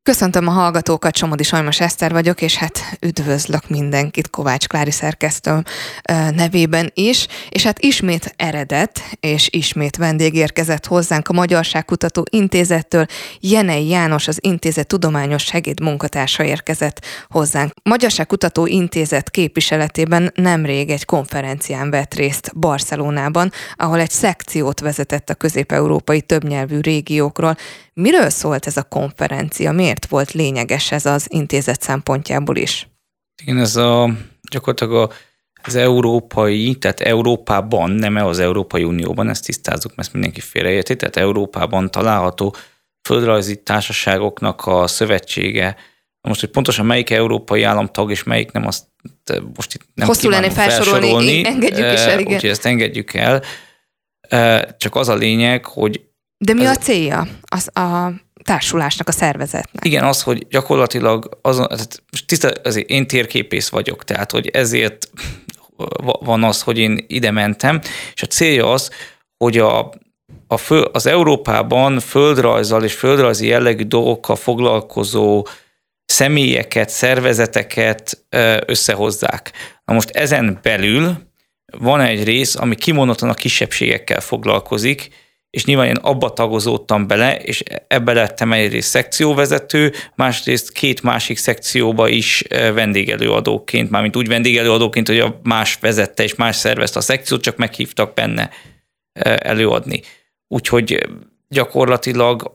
Köszöntöm a hallgatókat, Somodi Sajmos Eszter vagyok, és hát üdvözlök mindenkit Kovács Klári szerkesztőm nevében is, és hát ismét eredet, és ismét vendég érkezett hozzánk a Magyarságkutató Intézettől. Jenei János, az intézet tudományos segédmunkatársa érkezett hozzánk. Magyarságkutató Intézet képviseletében nemrég egy konferencián vett részt Barcelonában, ahol egy szekciót vezetett a közép-európai többnyelvű régiókról. Miről szólt ez a konferencia? Miért volt lényeges ez az intézet szempontjából is? Igen, ez gyakorlatilag az európai, tehát Európában, nem az Európai Unióban, ezt tisztázzuk, mert mindenki félreérti, tehát Európában található földrajzi társaságoknak a szövetsége. Most, hogy pontosan melyik európai államtag és melyik nem, azt most itt nem hosszú lenne felsorolni, engedjük is el, igen. Úgyhogy ezt engedjük el. Csak az a lényeg, hogy de mi a célja a társulásnak, a szervezetnek? Igen, az, hogy gyakorlatilag én térképész vagyok, tehát hogy ezért van az, hogy én ide mentem, és a célja az, hogy az Európában földrajzzal és földrajzi jellegű dolgokkal foglalkozó személyeket, szervezeteket összehozzák. Na most ezen belül van egy rész, ami kimondottan a kisebbségekkel foglalkozik, és nyilván én abba tagozódtam bele, és ebbe lettem egyrészt szekcióvezető, másrészt két másik szekcióba is vendégelőadóként, mármint úgy vendégelőadóként, hogy a más vezette és más szervezte a szekciót, csak meghívtak benne előadni. Úgyhogy gyakorlatilag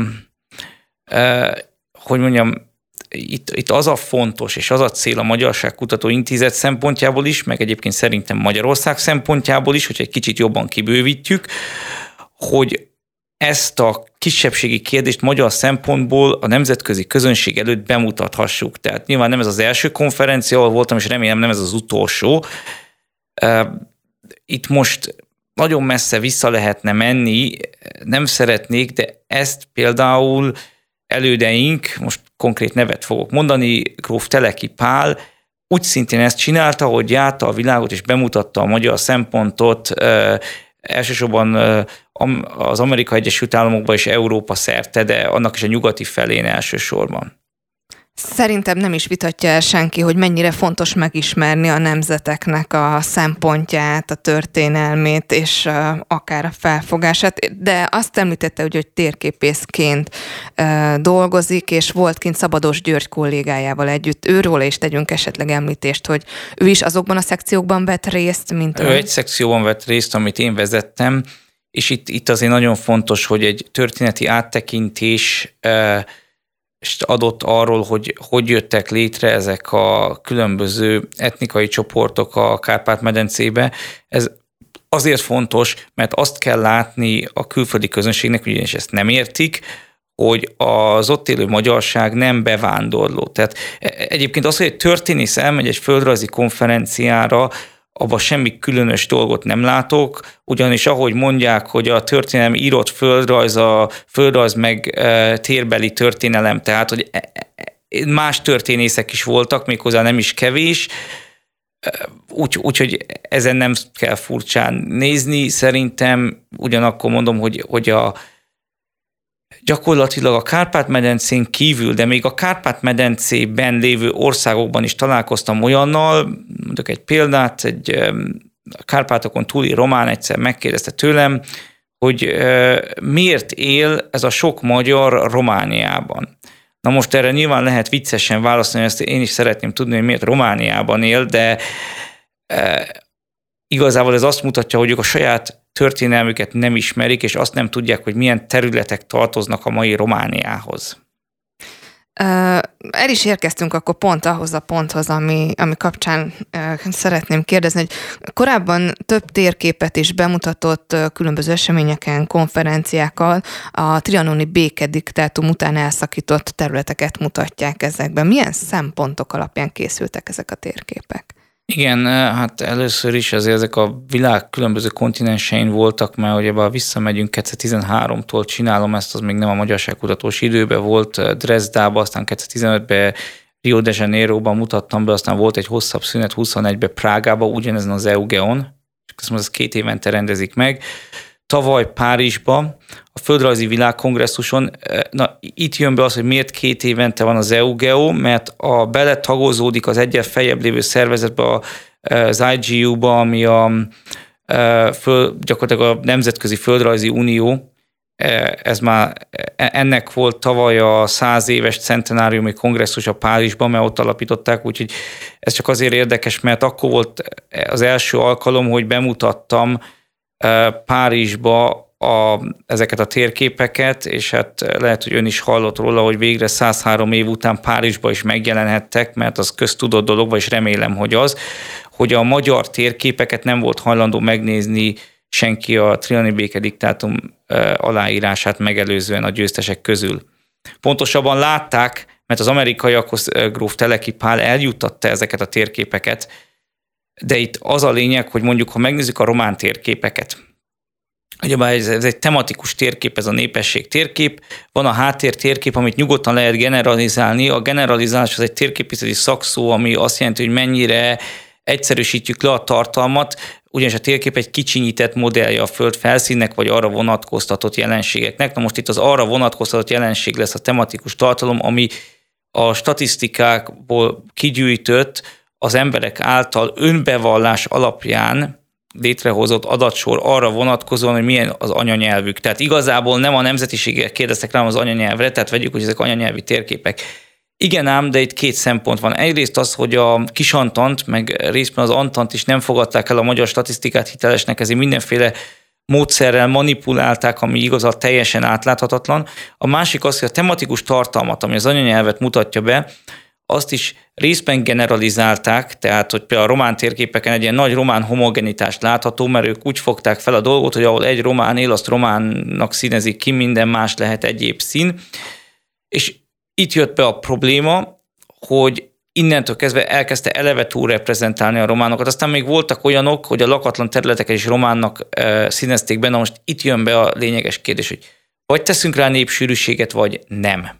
itt az a fontos, és az a cél a Magyarságkutató Intézet szempontjából is, meg egyébként szerintem Magyarország szempontjából is, hogy egy kicsit jobban kibővítjük, hogy ezt a kisebbségi kérdést magyar szempontból a nemzetközi közönség előtt bemutathassuk. Tehát nyilván nem ez az első konferencia, ahol voltam, és remélem nem ez az utolsó. Itt most nagyon messze vissza lehetne menni, nem szeretnék, de ezt például elődeink, most konkrét nevet fogok mondani, gróf Teleki Pál úgy szintén ezt csinálta, hogy járta a világot és bemutatta a magyar szempontot, elsősorban az Amerikai Egyesült Államokban és Európa szerte, de annak is a nyugati felén elsősorban. Szerintem nem is vitatja el senki, hogy mennyire fontos megismerni a nemzeteknek a szempontját, a történelmét, és akár a felfogását, de azt említette, hogy térképészként dolgozik, és volt kint Szabados György kollégájával együtt. Őről is tegyünk esetleg említést, hogy ő is azokban a szekciókban vett részt, mint ő egy szekcióban vett részt, amit én vezettem, és itt azért nagyon fontos, hogy egy történeti áttekintés adott arról, hogy jöttek létre ezek a különböző etnikai csoportok a Kárpát-medencébe. Ez azért fontos, mert azt kell látni a külföldi közönségnek, ugyanis ezt nem értik, hogy az ott élő magyarság nem bevándorló. Tehát egyébként az, hogy egy történész elmegy egy földrajzi konferenciára, abban semmi különös dolgot nem látok, ugyanis ahogy mondják, hogy a történelem írott földrajz, a földrajz meg térbeli történelem, tehát hogy más történészek is voltak, méghozzá nem is kevés, úgyhogy ezen nem kell furcsán nézni. Szerintem ugyanakkor mondom, hogy gyakorlatilag a Kárpát-medencén kívül, de még a Kárpát-medencében lévő országokban is találkoztam olyannal, mondok egy példát, egy Kárpátokon túli román egyszer megkérdezte tőlem, hogy miért él ez a sok magyar Romániában. Na most erre nyilván lehet viccesen válaszolni, ezt én is szeretném tudni, hogy miért Romániában él, de igazából ez azt mutatja, hogy ők a saját történelmüket nem ismerik, és azt nem tudják, hogy milyen területek tartoznak a mai Romániához. El is érkeztünk akkor pont ahhoz a ponthoz, ami kapcsán szeretném kérdezni, hogy korábban több térképet is bemutatott különböző eseményeken, konferenciákkal, a trianoni békediktátum után elszakított területeket mutatják ezekben. Milyen szempontok alapján készültek ezek a térképek? Igen, hát először is azért ezek a világ különböző kontinensein voltak, mert ugye visszamegyünk 2013-tól csinálom ezt, az még nem a magyarságkutatós időben volt, Dresdába, aztán 2015-ben Rio de Janeiroban mutattam be, aztán volt egy hosszabb szünet 21-ben Prágába, ugyanezen az EUGEON, csak ezt 2 évente rendezik meg. tavaly Párizsban, a Földrajzi Világkongresszuson, itt jön be az, hogy miért 2 évente van az EUGEO, mert beletagozódik az egyel feljebb lévő szervezetbe, az IGU-ba, ami gyakorlatilag a Nemzetközi Földrajzi Unió. Ennek volt tavaly a 100 éves centenáriumi kongresszus a Párizsban, mert ott alapították, úgyhogy ez csak azért érdekes, mert akkor volt az első alkalom, hogy bemutattam Párizsba ezeket a térképeket, és hát lehet, hogy ön is hallott róla, hogy végre 103 év után Párizsba is megjelenhettek, mert az köztudott dolog, és remélem, hogy az, hogy a magyar térképeket nem volt hajlandó megnézni senki a trianoni békediktátum aláírását megelőzően a győztesek közül. Pontosabban látták, mert az amerikaiakhoz gróf Teleki Pál eljuttatta ezeket a térképeket, de itt az a lényeg, hogy mondjuk, ha megnézzük a román térképeket, ugyebár ez egy tematikus térkép, ez a népesség térkép, van a háttér térkép, amit nyugodtan lehet generalizálni. A generalizálás az egy térképészeti szakszó, ami azt jelenti, hogy mennyire egyszerűsítjük le a tartalmat, ugyanis a térkép egy kicsinyített modellje a föld felszínnek, vagy arra vonatkoztatott jelenségeknek. Na most itt az arra vonatkoztatott jelenség lesz a tematikus tartalom, ami a statisztikákból kigyűjtött, az emberek által önbevallás alapján létrehozott adatsor arra vonatkozóan, hogy milyen az anyanyelvük. Tehát igazából nem a nemzetiségek kérdeztek rám az anyanyelvre, tehát vegyük, hogy ezek anyanyelvi térképek. Igen ám, de itt 2 szempont van. Egyrészt az, hogy a Kisantant, meg részben az Antant is nem fogadták el a magyar statisztikát hitelesnek, ezért mindenféle módszerrel manipulálták, ami igazán teljesen átláthatatlan. A másik az, hogy a tematikus tartalmat, ami az anyanyelvet mutatja be, azt is részben generalizálták, tehát hogy például a román térképeken egy ilyen nagy román homogenitást látható, mert ők úgy fogták fel a dolgot, hogy ahol egy román él, azt románnak színezik ki, minden más lehet egyéb szín. És itt jött be a probléma, hogy innentől kezdve elkezdte eleve túlreprezentálni a románokat. Aztán még voltak olyanok, hogy a lakatlan területeket is románnak színezték benne. Most itt jön be a lényeges kérdés, hogy vagy teszünk rá népsűrűséget, vagy nem.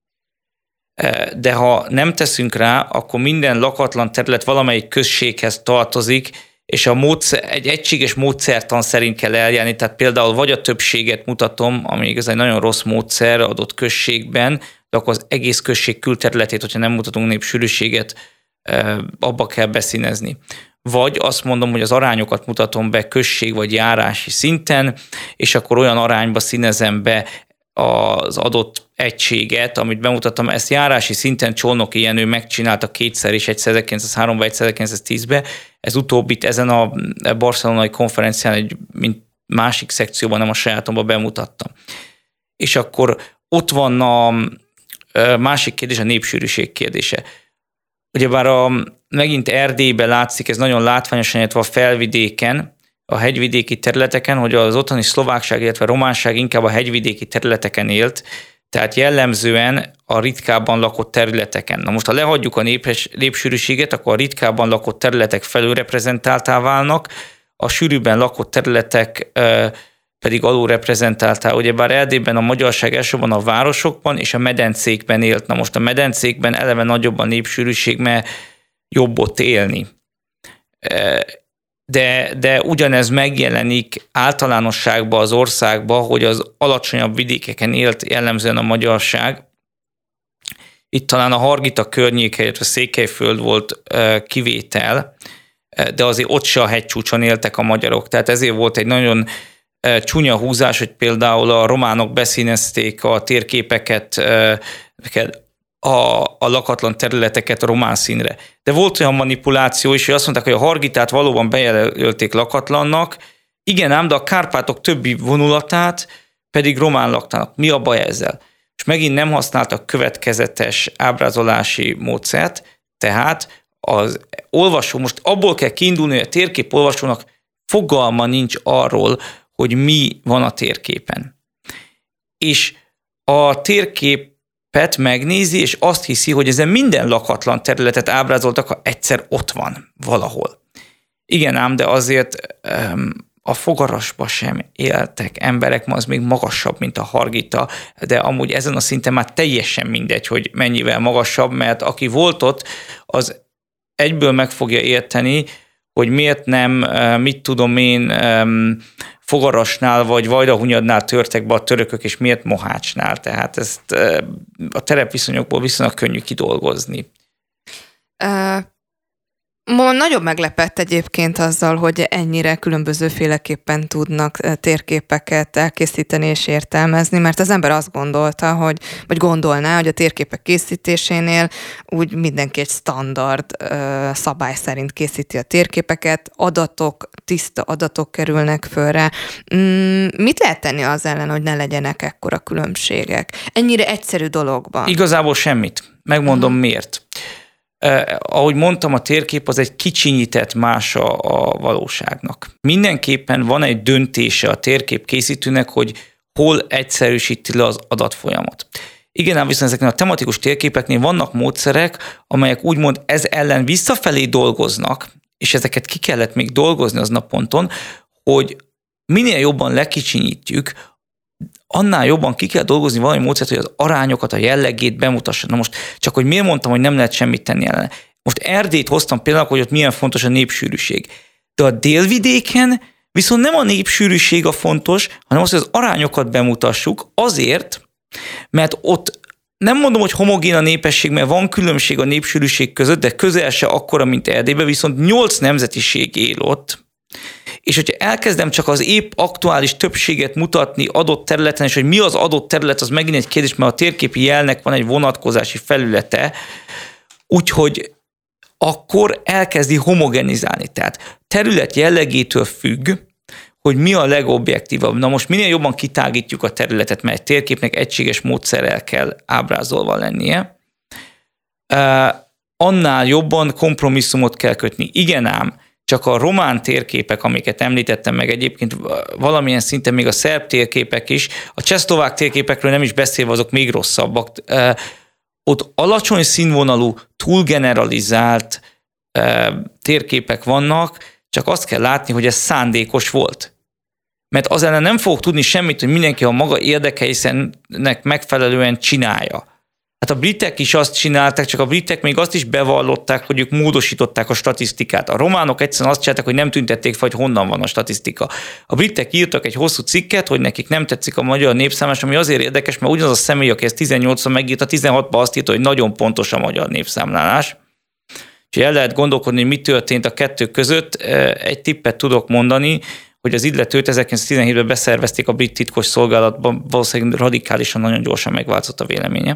De ha nem teszünk rá, akkor minden lakatlan terület valamelyik községhez tartozik, és egy egységes módszertan szerint kell eljárni, tehát például vagy a többséget mutatom, ami igazán egy nagyon rossz módszer adott községben, de akkor az egész község külterületét, hogyha nem mutatunk népsűrűséget, abba kell beszínezni. Vagy azt mondom, hogy az arányokat mutatom be község vagy járási szinten, és akkor olyan arányba színezem be az adott egységet, amit bemutattam, ezt járási szinten Csolnoki Jenő megcsinálta 2-szer is, egyszer 1903-ban, egyszer 1910-ben. Ez utóbbit ezen a barcelonai konferencián mint másik szekcióban, nem a sajátomban bemutattam. És akkor ott van a másik kérdés, a népsűrűség kérdése. Ugyebár megint Erdélyben látszik, ez nagyon látványosan, illetve a felvidéken, a hegyvidéki területeken, hogy az otthoni szlovákság, illetve románság inkább a hegyvidéki területeken élt, tehát jellemzően a ritkábban lakott területeken. Na most, ha lehagyjuk a népsűrűséget, akkor a ritkábban lakott területek felülreprezentáltá válnak, a sűrűbben lakott területek pedig alulreprezentáltá. Ugyebár Erdélyben a magyarság elsősorban a városokban és a medencékben élt. Na most a medencékben eleve nagyobb a népsűrűség, mert jobb ott élni. De ugyanez megjelenik általánosságban az országban, hogy az alacsonyabb vidékeken élt jellemzően a magyarság. Itt talán a Hargita környéke, illetve Székelyföld volt kivétel, de azért ott se a hegycsúcson éltek a magyarok. Tehát ezért volt egy nagyon csúnya húzás, hogy például a románok beszínezték a térképeket, a lakatlan területeket román színre. De volt olyan manipuláció is, hogy azt mondták, hogy a Hargitát valóban bejelölték lakatlannak, igen ám, de a Kárpátok többi vonulatát pedig román laktának. Mi a baj ezzel? És megint nem használtak következetes ábrázolási módszert, tehát az olvasó, most abból kell kiindulni, hogy a térképolvasónak fogalma nincs arról, hogy mi van a térképen. És a térképet megnézi, és azt hiszi, hogy ezen minden lakatlan területet ábrázoltak, ha egyszer ott van valahol. Igen ám, de azért a Fogarasba sem éltek emberek, ma az még magasabb, mint a Hargita, de amúgy ezen a szinten már teljesen mindegy, hogy mennyivel magasabb, mert aki volt ott, az egyből meg fogja érteni, hogy miért nem, mit tudom én, Fogarasnál vagy Vajdahunyadnál törtek be a törökök, és miért Mohácsnál. Tehát ezt a terepviszonyokból viszonylag könnyű kidolgozni. Nagyon meglepett egyébként azzal, hogy ennyire különbözőféleképpen tudnak térképeket elkészíteni és értelmezni, mert az ember azt gondolta, vagy gondolná, hogy a térképek készítésénél úgy mindenki egy standard szabály szerint készíti a térképeket, tiszta adatok kerülnek fölre. Mit lehet tenni az ellen, hogy ne legyenek ekkora különbségek? Ennyire egyszerű dologban. Igazából semmit. Megmondom miért. Ahogy mondtam, a térkép az egy kicsinyített mása a valóságnak. Mindenképpen van egy döntése a térkép készítőnek, hogy hol egyszerűsíti le az adatfolyamot. Igen, ám viszont ezeknél a tematikus térképeknél vannak módszerek, amelyek úgymond ez ellen visszafelé dolgoznak, és ezeket ki kellett még dolgozni az naponton, hogy minél jobban lekicsinyítjük, annál jobban ki kell dolgozni valami módszert, hogy az arányokat, a jellegét bemutassa. Na most csak, hogy miért mondtam, hogy nem lehet semmit tenni ellene. Most Erdélyt hoztam például, hogy ott milyen fontos a népsűrűség. De a délvidéken viszont nem a népsűrűség a fontos, hanem az, hogy az arányokat bemutassuk azért, mert ott nem mondom, hogy homogén a népesség, mert van különbség a népsűrűség között, de közel se akkora, mint Erdélyben, viszont 8 nemzetiség él ott. És hogyha elkezdem csak az épp aktuális többséget mutatni adott területen, és hogy mi az adott terület, az megint egy kérdés, mert a térképi jelnek van egy vonatkozási felülete, úgyhogy akkor elkezdi homogenizálni. Tehát terület jellegétől függ, hogy mi a legobjektívabb. Na most minél jobban kitágítjuk a területet, mert egy térképnek egységes módszerrel kell ábrázolva lennie, annál jobban kompromisszumot kell kötni. Igen ám, csak a román térképek, amiket említettem meg egyébként valamilyen szinten még a szerb térképek is, a csehszlovák térképekről nem is beszélve, azok még rosszabbak. Ott alacsony színvonalú, túlgeneralizált térképek vannak, csak azt kell látni, hogy ez szándékos volt. Mert az ellen nem fogok tudni semmit, hogy mindenki a maga érdekeinek megfelelően csinálja. Hát a britek is azt csinálták, csak a britek még azt is bevallották, hogy ők módosították a statisztikát. A románok egyszerűen azt csinálták, hogy nem tüntették fel, hogy honnan van a statisztika. A britek írtak egy hosszú cikket, hogy nekik nem tetszik a magyar népszámlálás, ami azért érdekes, mert ugyanaz a személy, aki ezt 18-ban megírta, 16-ban azt írta, hogy nagyon pontos a magyar népszámlálás. Úgyhogy el lehet gondolkodni, hogy mi történt a kettő között. Egy tippet tudok mondani, hogy az illetőt 1917-ben beszervezték a brit titkos szolgálatban, valószínűleg radikálisan, nagyon gyorsan megváltozott a véleménye.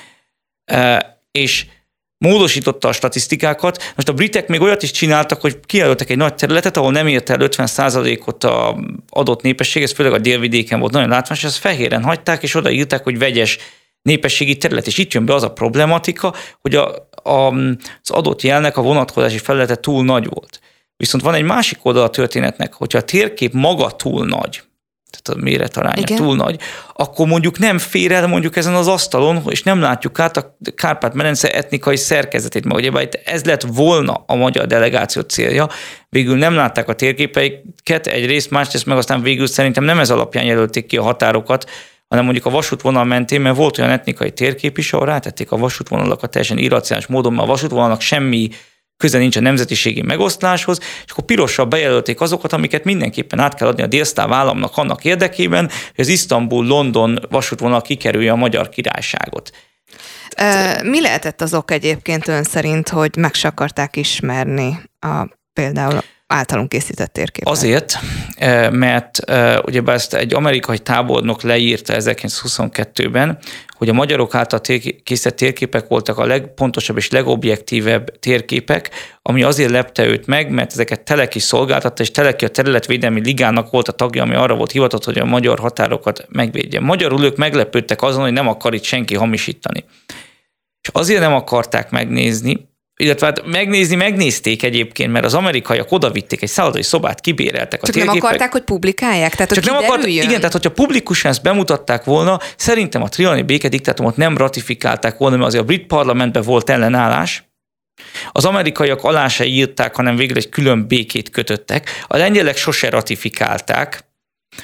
És módosította a statisztikákat. Most a britek még olyat is csináltak, hogy kijelöltek egy nagy területet, ahol nem ért el 50%-ot az adott népesség, ez főleg a délvidéken volt nagyon látványos, és ezt fehéren hagyták, és odaírták, hogy vegyes népességi terület. És itt jön be az a problematika, hogy az adott jelnek a vonatkozási felülete túl nagy volt. Viszont van egy másik oldal a történetnek, hogyha a térkép maga túl nagy, tehát a méretaránya túl nagy, akkor mondjuk nem fér el mondjuk ezen az asztalon, és nem látjuk át a Kárpát-medence etnikai szerkezetét, mert ugye ez lett volna a magyar delegáció célja. Végül nem látták a térképeiket egyrészt, másrészt meg aztán végül szerintem nem ez alapján jelölték ki a határokat, hanem mondjuk a vasútvonal mentén, mert volt olyan etnikai térkép is, ahol rátették a vasútvonalakat teljesen irracionális módon, mert a vasútvonalnak semmi köze nincs a nemzetiségi megosztáshoz, és akkor pirossal bejelölték azokat, amiket mindenképpen át kell adni a délszláv államnak annak érdekében, hogy az Isztambul-London vasútvonal kikerülje a Magyar Királyságot. Mi lehetett az ok egyébként ön szerint, hogy meg se akarták ismerni például általunk készített térképet? Azért, mert ugyebár ezt egy amerikai tábornok leírta 1922-ben, hogy a magyarok által készített térképek voltak a legpontosabb és legobjektívebb térképek, ami azért lepte őt meg, mert ezeket Teleki szolgáltatta, és Teleki a Területvédelmi Ligának volt a tagja, ami arra volt hivatott, hogy a magyar határokat megvédje. Magyarul ők meglepődtek azon, hogy nem akar itt senki hamisítani. És azért nem akarták megnézni, illetve hát megnézték egyébként, mert az amerikaiak odavitték, egy szállodai szobát kibéreltek. Csak nem akarták, hogy publikálják? Tehát, csak nem akarták, igen, tehát hogyha publikusan ezt bemutatták volna, szerintem a trianoni békediktátumot nem ratifikálták volna, mert azért a brit parlamentben volt ellenállás. Az amerikaiak alá se írták, hanem végül egy külön békét kötöttek. A lengyelek sose ratifikálták.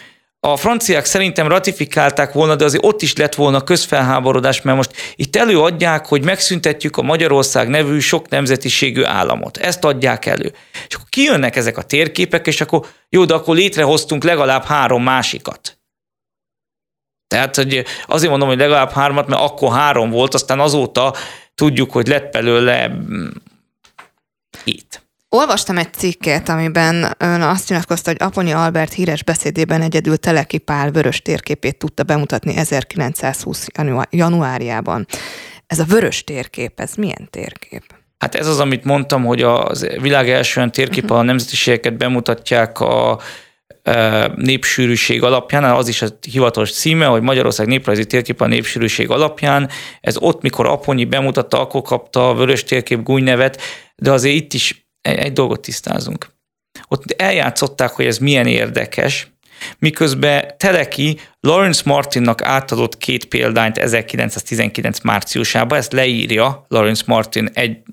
A franciák szerintem ratifikálták volna, de azért ott is lett volna közfelháborodás, mert most itt előadják, hogy megszüntetjük a Magyarország nevű sok nemzetiségű államot. Ezt adják elő. És akkor kijönnek ezek a térképek, és akkor jó, de akkor létrehoztunk legalább 3 másikat. Tehát hogy azért mondom, hogy legalább 3, mert akkor 3 volt, aztán azóta tudjuk, hogy lett belőle itt. Olvastam egy cikket, amiben ön azt nyilatkozta, hogy Aponyi Albert híres beszédében egyedül Teleki Pál vörös térképét tudta bemutatni 1920. januárjában. Ez a vörös térkép, ez milyen térkép? Hát ez az, amit mondtam, hogy a világ első olyan térkép, a nemzetiségeket bemutatják a népsűrűség alapján, az is a hivatalos címe, hogy Magyarország néprajzi térkép a népsűrűség alapján. Ez ott, mikor Aponyi bemutatta, akkor kapta a vörös térkép gúnynevet, de azért itt is egy dolgot tisztázunk. Ott eljátszották, hogy ez milyen érdekes, miközben Teleki Lawrence Martinnak átadott 2 példányt 1919 márciusában, ezt leírja Lawrence Martin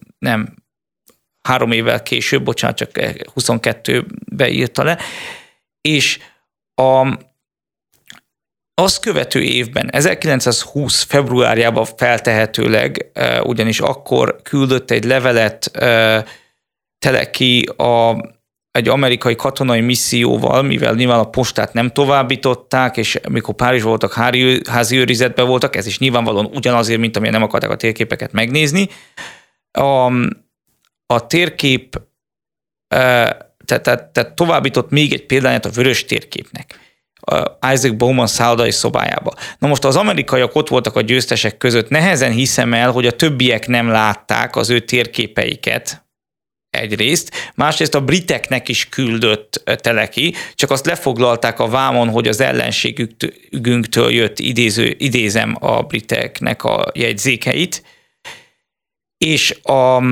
3 évvel később, bocsánat, csak 22-ben írta le, és azt követő évben, 1920 februárjában feltehetőleg, ugyanis akkor küldött egy levelet Teleki egy amerikai katonai misszióval, mivel nyilván a postát nem továbbították, és mikor Párizs voltak, házi őrizetben voltak, ez is nyilvánvalóan ugyanazért, mint amilyen nem akarták a térképeket megnézni. A térkép, tehát továbbított még egy példányát a vörös térképnek, Isaac Bowman szállodai szobájába. Na most az amerikaiak ott voltak a győztesek között, nehezen hiszem el, hogy a többiek nem látták az ő térképeiket, egyrészt, másrészt a briteknek is küldött Teleki, csak azt lefoglalták a vámon, hogy az ellenségünktől jött, idézem a briteknek a jegyzékeit, és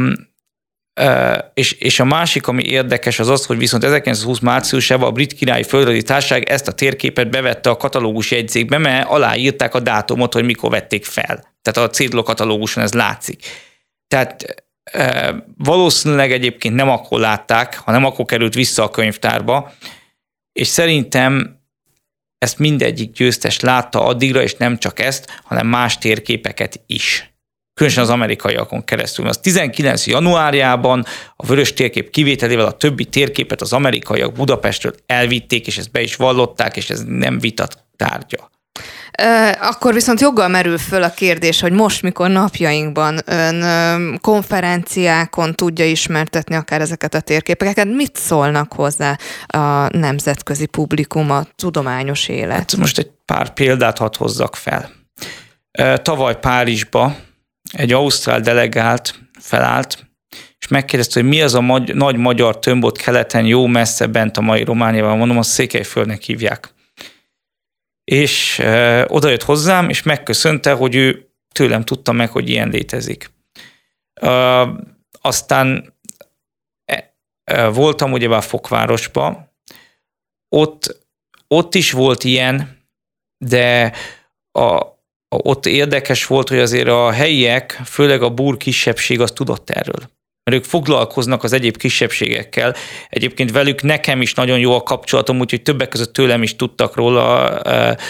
a másik, ami érdekes, az az, hogy viszont 1920 márciusában a Brit Királyi Földrajzi Társaság ezt a térképet bevette a katalógus jegyzékbe, mert aláírták a dátumot, hogy mikor vették fel. Tehát a cédulakatalóguson ez látszik. Tehát valószínűleg egyébként nem akkor látták, hanem akkor került vissza a könyvtárba, és szerintem ezt mindegyik győztes látta addigra, és nem csak ezt, hanem más térképeket is. Különösen az amerikaiakon keresztül. Az 19. januárjában a vörös térkép kivételével a többi térképet az amerikaiak Budapestről elvitték, és ezt be is vallották, és ez nem vitat tárgya. Akkor viszont joggal merül föl a kérdés, hogy most, mikor napjainkban ön konferenciákon tudja ismertetni akár ezeket a térképeket, mit szólnak hozzá a nemzetközi publikum, a tudományos élet? Hát most egy pár példát hadd hozzak fel. Tavaly Párizsba egy ausztrál delegált felállt, és megkérdezte, hogy mi az a nagy magyar tömb ott keleten, jó messze bent a mai Romániában, mondom, azt Székelyföldnek hívják. És odajött hozzám, és megköszönte, hogy ő tőlem tudta meg, hogy ilyen létezik. Aztán voltam ugyebár Fokvárosba, ott is volt ilyen, de ott érdekes volt, hogy azért a helyiek, főleg a búr kisebbség az tudott erről. Mert ők foglalkoznak az egyéb kisebbségekkel. Egyébként velük nekem is nagyon jó a kapcsolatom, úgyhogy többek között tőlem is tudtak róla.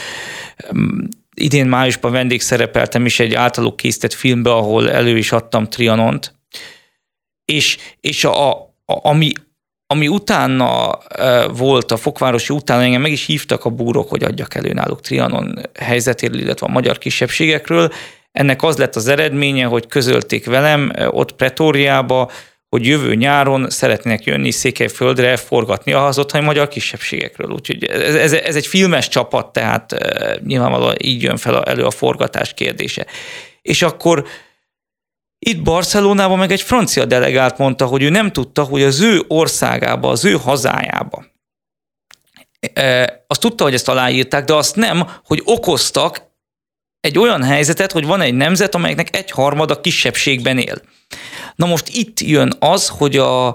Idén májusban vendégszerepeltem is egy általuk készített filmbe, ahol elő is adtam Trianont. És ami utána volt, a fokvárosi utána, engem meg is hívtak a búrok, hogy adjak elő náluk Trianon helyzetéről, illetve a magyar kisebbségekről. Ennek az lett az eredménye, hogy közölték velem ott Pretóriába, hogy jövő nyáron szeretnének jönni Székelyföldre forgatni az otthoni magyar kisebbségekről. Úgyhogy ez egy filmes csapat, tehát nyilvánvalóan így jön fel elő a forgatás kérdése. És akkor itt Barcelonában meg egy francia delegált mondta, hogy ő nem tudta, hogy az ő országába, az ő hazájába. Azt tudta, hogy ezt aláírták, de azt nem, hogy okoztak egy olyan helyzetet, hogy van egy nemzet, amelyeknek 1/3 kisebbségben él. Na most itt jön az, hogy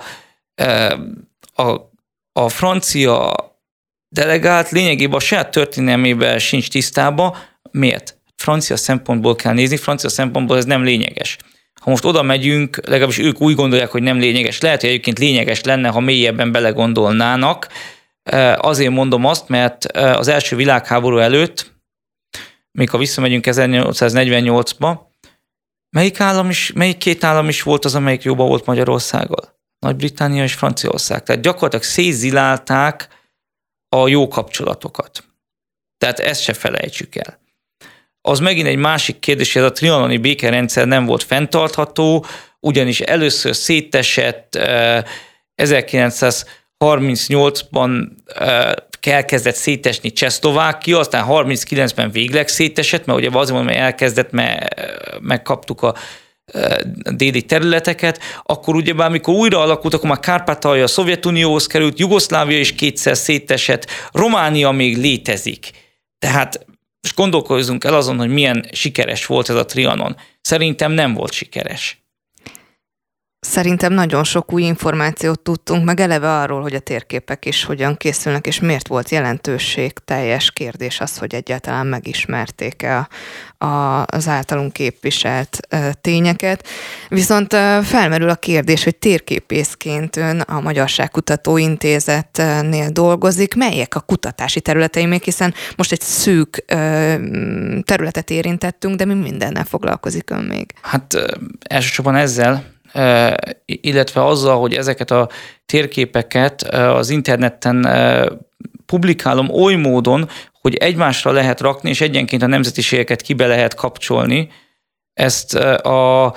a francia delegált lényegében a saját történelmében sincs tisztában. Miért? Francia szempontból kell nézni, francia szempontból ez nem lényeges. Ha most oda megyünk, legalábbis ők úgy gondolják, hogy nem lényeges. Lehet, hogy egyébként lényeges lenne, ha mélyebben belegondolnának, Azért mondom azt, mert az első világháború előtt, mikor visszamegyünk 1848-ba, melyik két állam is volt az, amelyik jobban volt Magyarországgal? Nagy-Britannia és Franciaország. Tehát gyakorlatilag szétzilálták a jó kapcsolatokat. Tehát ezt se felejtsük el. Az megint egy másik kérdés, hogy ez a trianoni békerendszer nem volt fenntartható, ugyanis először szétesett 1938-ban elkezdett szétesni Csehszlovákia, aztán 39-ben végleg szétesett, mert ugye azért mondom, hogy elkezdett, mert megkaptuk a déli területeket, akkor ugyebár, amikor újra alakult, akkor már Kárpátalja a Szovjetunióhoz került, Jugoszlávia is kétszer szétesett, Románia még létezik. Tehát most gondolkozzunk el azon, hogy milyen sikeres volt ez a Trianon. Szerintem nem volt sikeres. Szerintem nagyon sok új információt tudtunk, meg eleve arról, hogy a térképek is hogyan készülnek, és miért volt jelentőségteljes kérdés az, hogy egyáltalán megismerték-e az általunk képviselt tényeket. Viszont felmerül a kérdés, hogy térképészként ön a Magyarságkutató Intézetnél dolgozik. Melyek a kutatási területei még, hiszen most egy szűk területet érintettünk, de mi mindennel foglalkozik ön még? Hát elsősorban ezzel, illetve azzal, hogy ezeket a térképeket az interneten publikálom oly módon, hogy egymásra lehet rakni, és egyenként a nemzetiségeket kibe lehet kapcsolni. Ezt a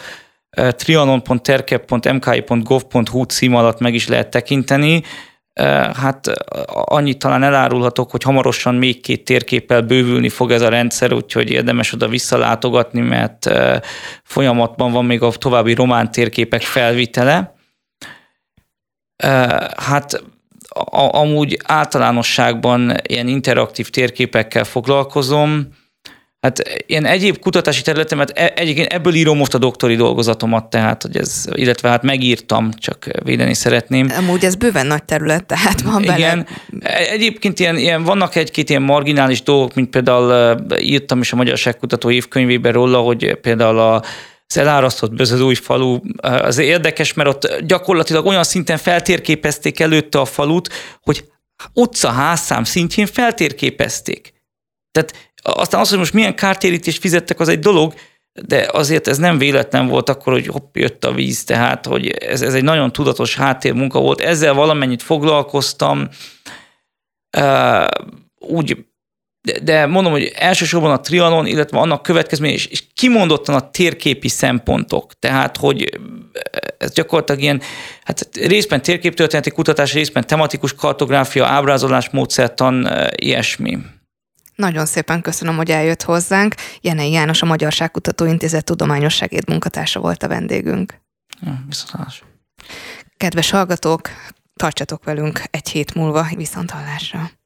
trianon.terkep.mki.gov.hu cím alatt meg is lehet tekinteni. Hát annyit talán elárulhatok, hogy hamarosan még 2 térképpel bővülni fog ez a rendszer, úgyhogy érdemes oda visszalátogatni, mert folyamatban van még a további román térképek felvitele. Hát amúgy általánosságban ilyen interaktív térképekkel foglalkozom. Hát ilyen egyéb kutatási területemet, egyébként ebből írom most a doktori dolgozatomat, tehát, hogy ez, illetve hát megírtam, csak védeni szeretném. Amúgy ez bőven nagy terület, tehát van bele. Igen, egyébként ilyen, vannak egy-két ilyen marginális dolgok, mint például írtam is a Magyarságkutató évkönyvében róla, hogy például az elárasztott Bözödújfalu az érdekes, mert ott gyakorlatilag olyan szinten feltérképezték előtte a falut, hogy utca házszám szintjén feltérképezték. Tehát aztán az, hogy most milyen kártérítést fizettek, az egy dolog, de azért ez nem véletlen volt akkor, hogy hopp, jött a víz, tehát hogy ez egy nagyon tudatos háttérmunka volt. Ezzel valamennyit foglalkoztam, de mondom, hogy elsősorban a Trianon, illetve annak következménye, és kimondottan a térképi szempontok, tehát hogy ez gyakorlatilag ilyen, hát részben térképtörténeti kutatás, részben tematikus kartográfia, ábrázolás, módszertan, ilyesmi. Nagyon szépen köszönöm, hogy eljött hozzánk. Jenei János, a Magyarságkutató Intézet tudományos segédmunkatársa volt a vendégünk. Viszontlátásra. Kedves hallgatók, tartsatok velünk egy hét múlva, viszonthallásra.